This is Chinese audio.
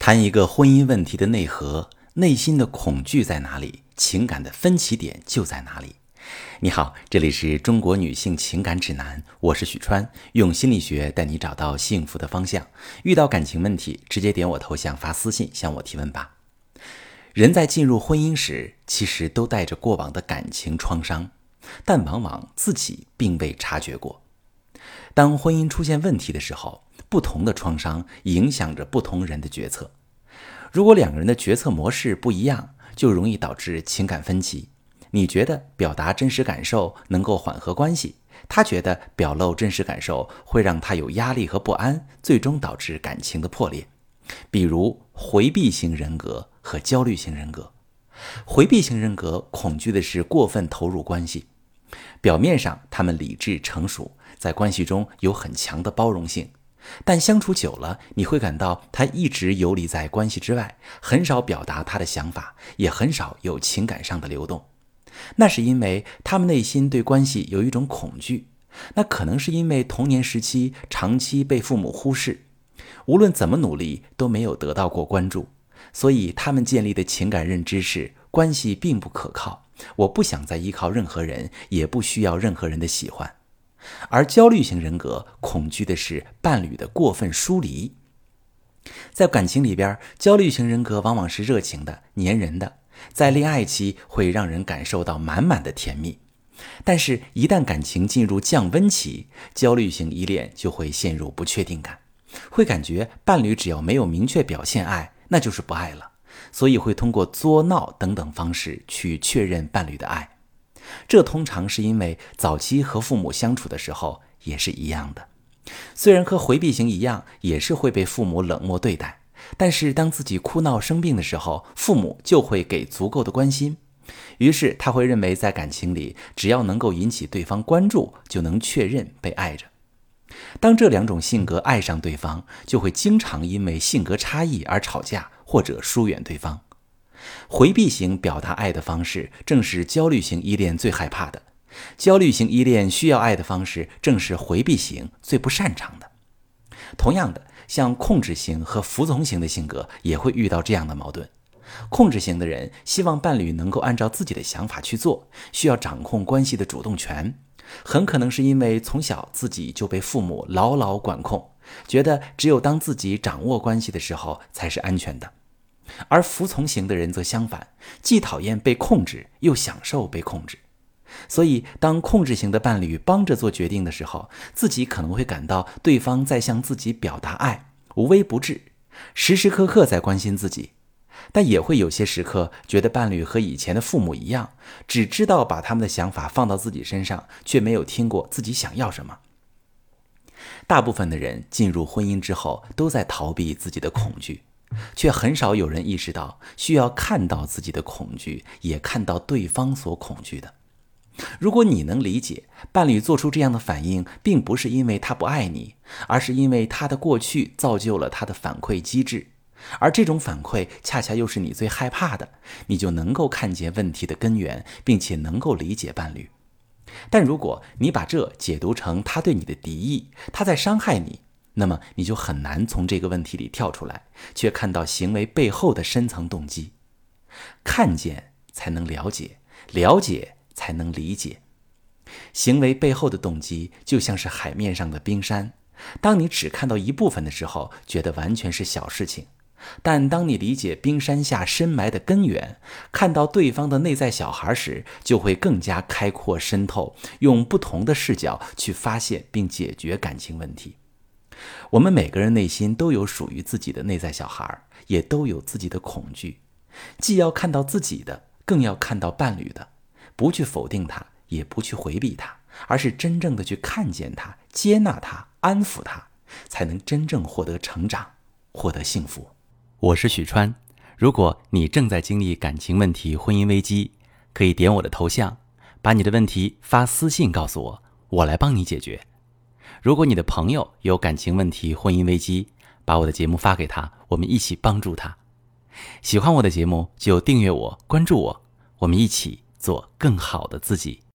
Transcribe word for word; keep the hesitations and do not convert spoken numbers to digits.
谈一个婚姻问题的内核，内心的恐惧在哪里，情感的分歧点就在哪里。你好，这里是中国女性情感指南，我是许川，用心理学带你找到幸福的方向。遇到感情问题，直接点我头像发私信向我提问吧。人在进入婚姻时，其实都带着过往的感情创伤，但往往自己并未察觉过。当婚姻出现问题的时候，不同的创伤影响着不同人的决策。如果两个人的决策模式不一样，就容易导致情感分歧。你觉得表达真实感受能够缓和关系，他觉得表露真实感受会让他有压力和不安，最终导致感情的破裂。比如回避型人格和焦虑型人格。回避型人格恐惧的是过分投入关系，表面上他们理智成熟，在关系中有很强的包容性，但相处久了，你会感到他一直游离在关系之外，很少表达他的想法，也很少有情感上的流动。那是因为他们内心对关系有一种恐惧，那可能是因为童年时期长期被父母忽视，无论怎么努力都没有得到过关注，所以他们建立的情感认知是关系并不可靠，我不想再依靠任何人，也不需要任何人的喜欢。而焦虑型人格恐惧的是伴侣的过分疏离。在感情里边，焦虑型人格往往是热情的、粘人的，在恋爱期会让人感受到满满的甜蜜。但是一旦感情进入降温期，焦虑型依恋就会陷入不确定感，会感觉伴侣只要没有明确表现爱，那就是不爱了，所以会通过作闹等等方式去确认伴侣的爱。这通常是因为早期和父母相处的时候也是一样的，虽然和回避型一样，也是会被父母冷漠对待，但是当自己哭闹生病的时候，父母就会给足够的关心，于是他会认为在感情里，只要能够引起对方关注，就能确认被爱着。当这两种性格爱上对方，就会经常因为性格差异而吵架，或者疏远对方。回避型表达爱的方式正是焦虑型依恋最害怕的，焦虑型依恋需要爱的方式正是回避型最不擅长的。同样的，像控制型和服从型的性格也会遇到这样的矛盾。控制型的人希望伴侣能够按照自己的想法去做，需要掌控关系的主动权，很可能是因为从小自己就被父母牢牢管控，觉得只有当自己掌握关系的时候才是安全的。而服从型的人则相反，既讨厌被控制，又享受被控制。所以当控制型的伴侣帮着做决定的时候，自己可能会感到对方在向自己表达爱，无微不至，时时刻刻在关心自己，但也会有些时刻觉得伴侣和以前的父母一样，只知道把他们的想法放到自己身上，却没有听过自己想要什么。大部分的人进入婚姻之后都在逃避自己的恐惧，却很少有人意识到需要看到自己的恐惧，也看到对方所恐惧的。如果你能理解伴侣做出这样的反应并不是因为他不爱你，而是因为他的过去造就了他的反馈机制，而这种反馈恰恰又是你最害怕的，你就能够看见问题的根源，并且能够理解伴侣。但如果你把这解读成他对你的敌意，他在伤害你，那么你就很难从这个问题里跳出来，却看到行为背后的深层动机。看见才能了解，了解才能理解。行为背后的动机就像是海面上的冰山，当你只看到一部分的时候，觉得完全是小事情，但当你理解冰山下深埋的根源，看到对方的内在小孩时，就会更加开阔深透，用不同的视角去发现并解决感情问题。我们每个人内心都有属于自己的内在小孩，也都有自己的恐惧，既要看到自己的，更要看到伴侣的，不去否定他，也不去回避他，而是真正的去看见他，接纳他，安抚他，才能真正获得成长，获得幸福。我是许川，如果你正在经历感情问题、婚姻危机，可以点我的头像，把你的问题发私信告诉我，我来帮你解决。如果你的朋友有感情问题、婚姻危机，把我的节目发给他，我们一起帮助他。喜欢我的节目就订阅我、关注我，我们一起做更好的自己。